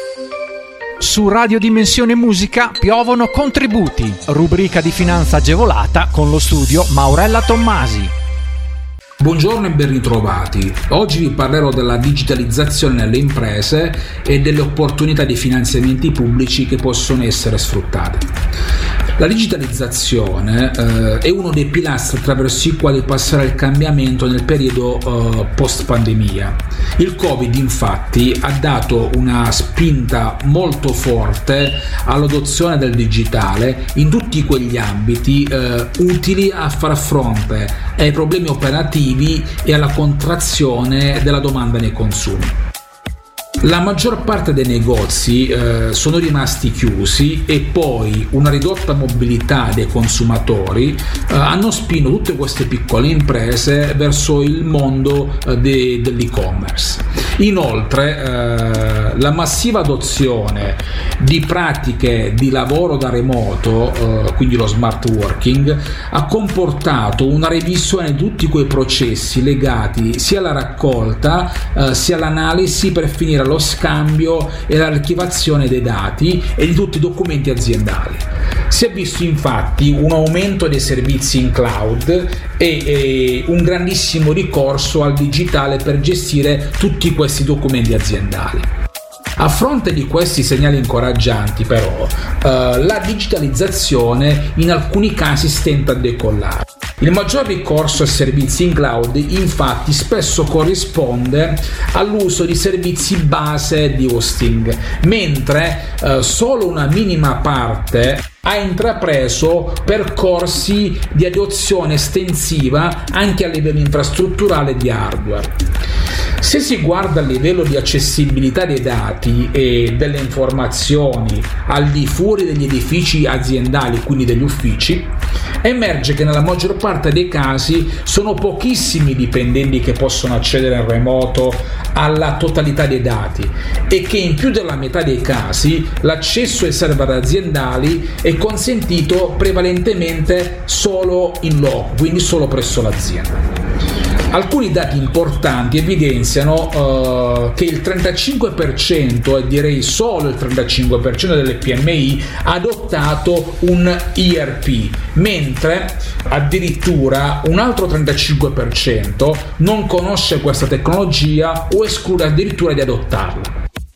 Su Radio Dimensione Musica piovono contributi, rubrica di finanza agevolata con lo studio Maurella Tommasi. Buongiorno e ben ritrovati. Oggi vi parlerò della digitalizzazione nelle imprese e delle opportunità di finanziamenti pubblici che possono essere sfruttate. La digitalizzazione è uno dei pilastri attraverso i quali passerà il cambiamento nel periodo post-pandemia. Il Covid infatti ha dato una spinta molto forte all'adozione del digitale in tutti quegli ambiti utili a far fronte ai problemi operativi e alla contrazione della domanda nei consumi. La maggior parte dei negozi sono rimasti chiusi e poi una ridotta mobilità dei consumatori hanno spinto tutte queste piccole imprese verso il mondo dell'e-commerce. Inoltre la massiva adozione di pratiche di lavoro da remoto, quindi lo smart working, ha comportato una revisione di tutti quei processi legati sia alla raccolta sia all'analisi per finire allo scambio e l'archiviazione dei dati e di tutti i documenti aziendali. Si è visto infatti un aumento dei servizi in cloud e un grandissimo ricorso al digitale per gestire tutti questi documenti aziendali. A fronte di questi segnali incoraggianti, però, la digitalizzazione in alcuni casi stenta a decollare. Il maggior ricorso a servizi in cloud, infatti, spesso corrisponde all'uso di servizi base di hosting, mentre solo una minima parte ha intrapreso percorsi di adozione estensiva anche a livello infrastrutturale di hardware. Se si guarda a livello di accessibilità dei dati e delle informazioni al di fuori degli edifici aziendali, quindi degli uffici, emerge che nella maggior parte dei casi sono pochissimi i dipendenti che possono accedere in remoto alla totalità dei dati e che in più della metà dei casi l'accesso ai server aziendali è consentito prevalentemente solo in loco, quindi solo presso l'azienda. Alcuni dati importanti evidenziano che il 35% e direi solo il 35% delle PMI ha adottato un ERP, mentre addirittura un altro 35% non conosce questa tecnologia o esclude addirittura di adottarla.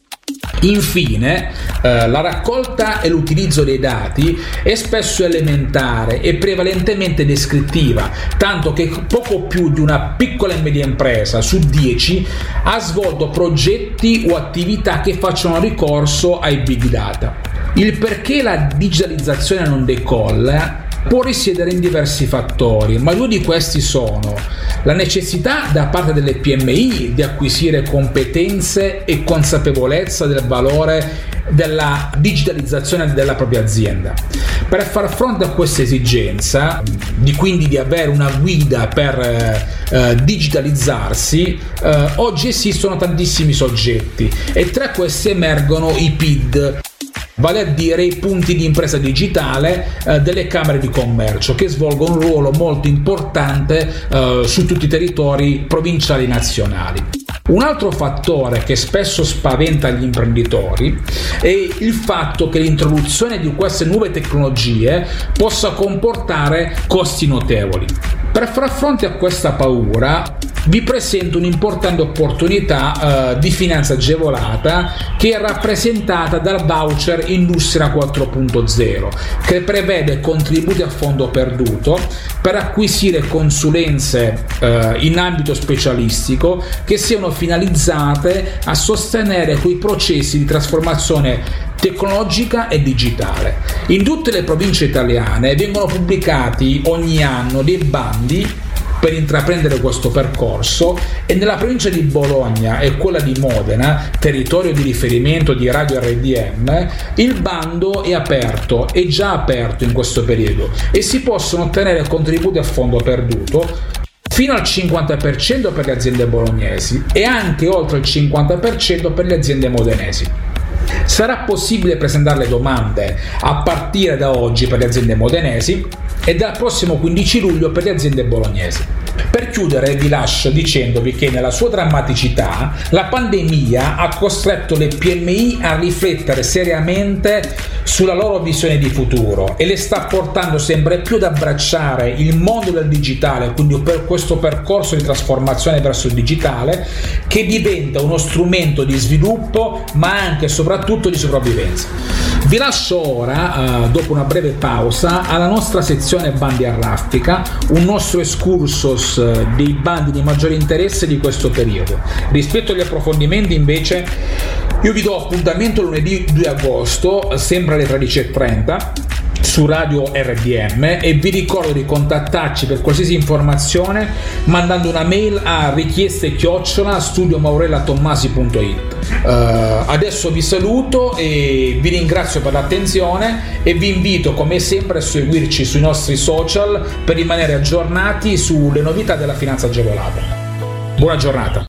Infine, la raccolta e l'utilizzo dei dati è spesso elementare e prevalentemente descrittiva, tanto che poco più di una piccola e media impresa su 10 ha svolto progetti o attività che facciano ricorso ai big data. Il perché la digitalizzazione non decolla può risiedere in diversi fattori, ma due di questi sono la necessità da parte delle PMI di acquisire competenze e consapevolezza del valore della digitalizzazione della propria azienda. Per far fronte a questa esigenza, quindi di avere una guida per digitalizzarsi, oggi esistono tantissimi soggetti e tra questi emergono i PID, vale a dire i punti di impresa digitale delle camere di commercio, che svolgono un ruolo molto importante su tutti i territori provinciali e nazionali. Un altro fattore che spesso spaventa gli imprenditori è il fatto che l'introduzione di queste nuove tecnologie possa comportare costi notevoli. Per far fronte a questa paura vi presento un'importante opportunità di finanza agevolata che è rappresentata dal voucher Industria 4.0, che prevede contributi a fondo perduto per acquisire consulenze in ambito specialistico che siano finalizzate a sostenere quei processi di trasformazione tecnologica e digitale. In tutte le province italiane vengono pubblicati ogni anno dei bandi per intraprendere questo percorso e nella provincia di Bologna e quella di Modena, territorio di riferimento di Radio RDM, il bando è già aperto in questo periodo e si possono ottenere contributi a fondo perduto fino al 50% per le aziende bolognesi e anche oltre il 50% per le aziende modenesi. Sarà possibile presentare le domande a partire da oggi per le aziende modenesi e dal prossimo 15 luglio per le aziende bolognesi. Per chiudere vi lascio dicendovi che nella sua drammaticità la pandemia ha costretto le PMI a riflettere seriamente sulla loro visione di futuro e le sta portando sempre più ad abbracciare il mondo del digitale, quindi per questo percorso di trasformazione verso il digitale che diventa uno strumento di sviluppo ma anche e soprattutto di sopravvivenza. Vi lascio ora, dopo una breve pausa, alla nostra sezione bandi a raffica, un nostro excursus dei bandi di maggiore interesse di questo periodo. Rispetto agli approfondimenti invece io vi do appuntamento lunedì 2 agosto, sempre alle 13:30 su Radio RDM, e vi ricordo di contattarci per qualsiasi informazione mandando una mail a richieste@studiomaurellatommasi.it. Adesso vi saluto e vi ringrazio per l'attenzione e vi invito come sempre a seguirci sui nostri social per rimanere aggiornati sulle novità della finanza agevolata. Buona giornata.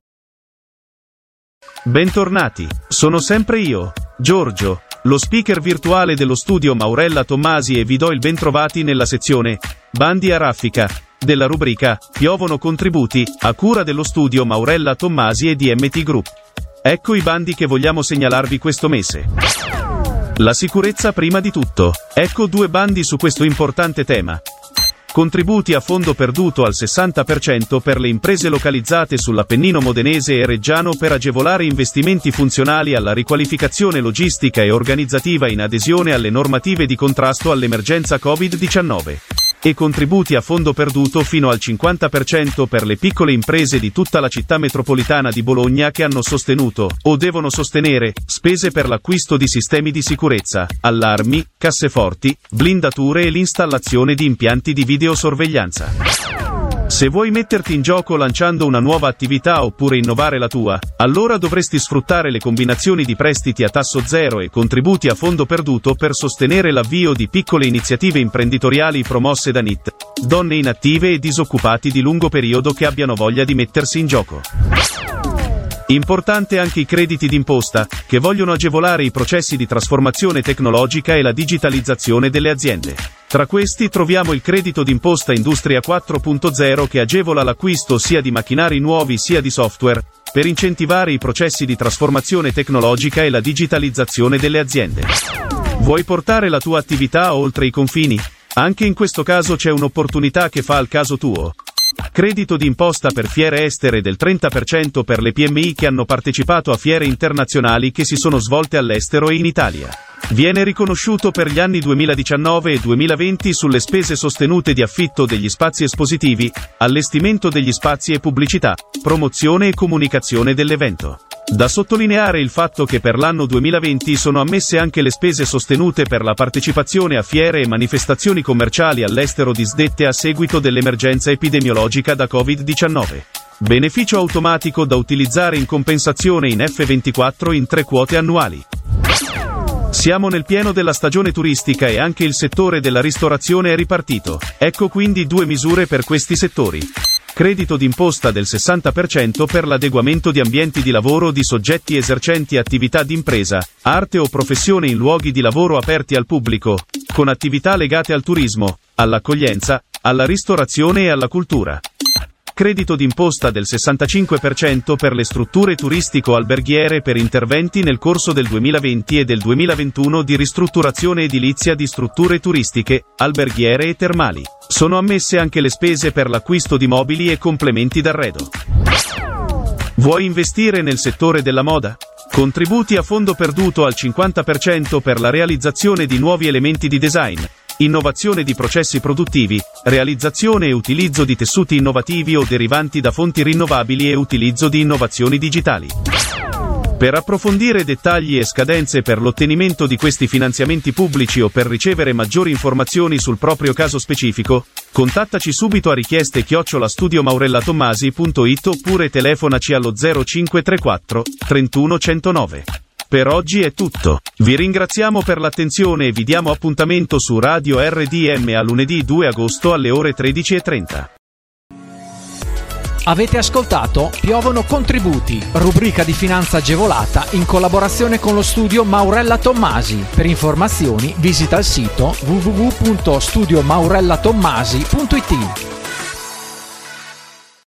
Bentornati, sono sempre io, Giorgio, lo speaker virtuale dello studio Maurella Tommasi, e vi do il bentrovati nella sezione Bandi a raffica della rubrica Piovono contributi, a cura dello studio Maurella Tommasi e DMT Group. Ecco i bandi che vogliamo segnalarvi questo mese. La sicurezza prima di tutto. Ecco 2 bandi su questo importante tema. Contributi a fondo perduto al 60% per le imprese localizzate sull'Appennino modenese e reggiano per agevolare investimenti funzionali alla riqualificazione logistica e organizzativa in adesione alle normative di contrasto all'emergenza Covid-19. E contributi a fondo perduto fino al 50% per le piccole imprese di tutta la città metropolitana di Bologna che hanno sostenuto, o devono sostenere, spese per l'acquisto di sistemi di sicurezza, allarmi, casseforti, blindature e l'installazione di impianti di videosorveglianza. Se vuoi metterti in gioco lanciando una nuova attività oppure innovare la tua, allora dovresti sfruttare le combinazioni di prestiti a tasso zero e contributi a fondo perduto per sostenere l'avvio di piccole iniziative imprenditoriali promosse da NEET, donne inattive e disoccupati di lungo periodo che abbiano voglia di mettersi in gioco. Importante anche i crediti d'imposta, che vogliono agevolare i processi di trasformazione tecnologica e la digitalizzazione delle aziende. Tra questi troviamo il credito d'imposta Industria 4.0 che agevola l'acquisto sia di macchinari nuovi sia di software, per incentivare i processi di trasformazione tecnologica e la digitalizzazione delle aziende. Vuoi portare la tua attività oltre i confini? Anche in questo caso c'è un'opportunità che fa al caso tuo. Credito d'imposta per fiere estere del 30% per le PMI che hanno partecipato a fiere internazionali che si sono svolte all'estero e in Italia. Viene riconosciuto per gli anni 2019 e 2020 sulle spese sostenute di affitto degli spazi espositivi, allestimento degli spazi e pubblicità, promozione e comunicazione dell'evento. Da sottolineare il fatto che per l'anno 2020 sono ammesse anche le spese sostenute per la partecipazione a fiere e manifestazioni commerciali all'estero disdette a seguito dell'emergenza epidemiologica da Covid-19. Beneficio automatico da utilizzare in compensazione in F24 in 3 quote annuali. Siamo nel pieno della stagione turistica e anche il settore della ristorazione è ripartito. Ecco quindi 2 misure per questi settori. Credito d'imposta del 60% per l'adeguamento di ambienti di lavoro di soggetti esercenti attività d'impresa, arte o professione in luoghi di lavoro aperti al pubblico, con attività legate al turismo, all'accoglienza, alla ristorazione e alla cultura. Credito d'imposta del 65% per le strutture turistico-alberghiere per interventi nel corso del 2020 e del 2021 di ristrutturazione edilizia di strutture turistiche, alberghiere e termali. Sono ammesse anche le spese per l'acquisto di mobili e complementi d'arredo. Vuoi investire nel settore della moda? Contributi a fondo perduto al 50% per la realizzazione di nuovi elementi di design, innovazione di processi produttivi, realizzazione e utilizzo di tessuti innovativi o derivanti da fonti rinnovabili e utilizzo di innovazioni digitali. Per approfondire dettagli e scadenze per l'ottenimento di questi finanziamenti pubblici o per ricevere maggiori informazioni sul proprio caso specifico, contattaci subito a richieste@studiomaurellatommasi.it oppure telefonaci allo 0534 31 109. Per oggi è tutto. Vi ringraziamo per l'attenzione e vi diamo appuntamento su Radio RDM a lunedì 2 agosto alle ore 13:30. Avete ascoltato Piovono contributi, rubrica di finanza agevolata in collaborazione con lo studio Maurella Tommasi. Per informazioni visita il sito www.studiomaurellatommasi.it.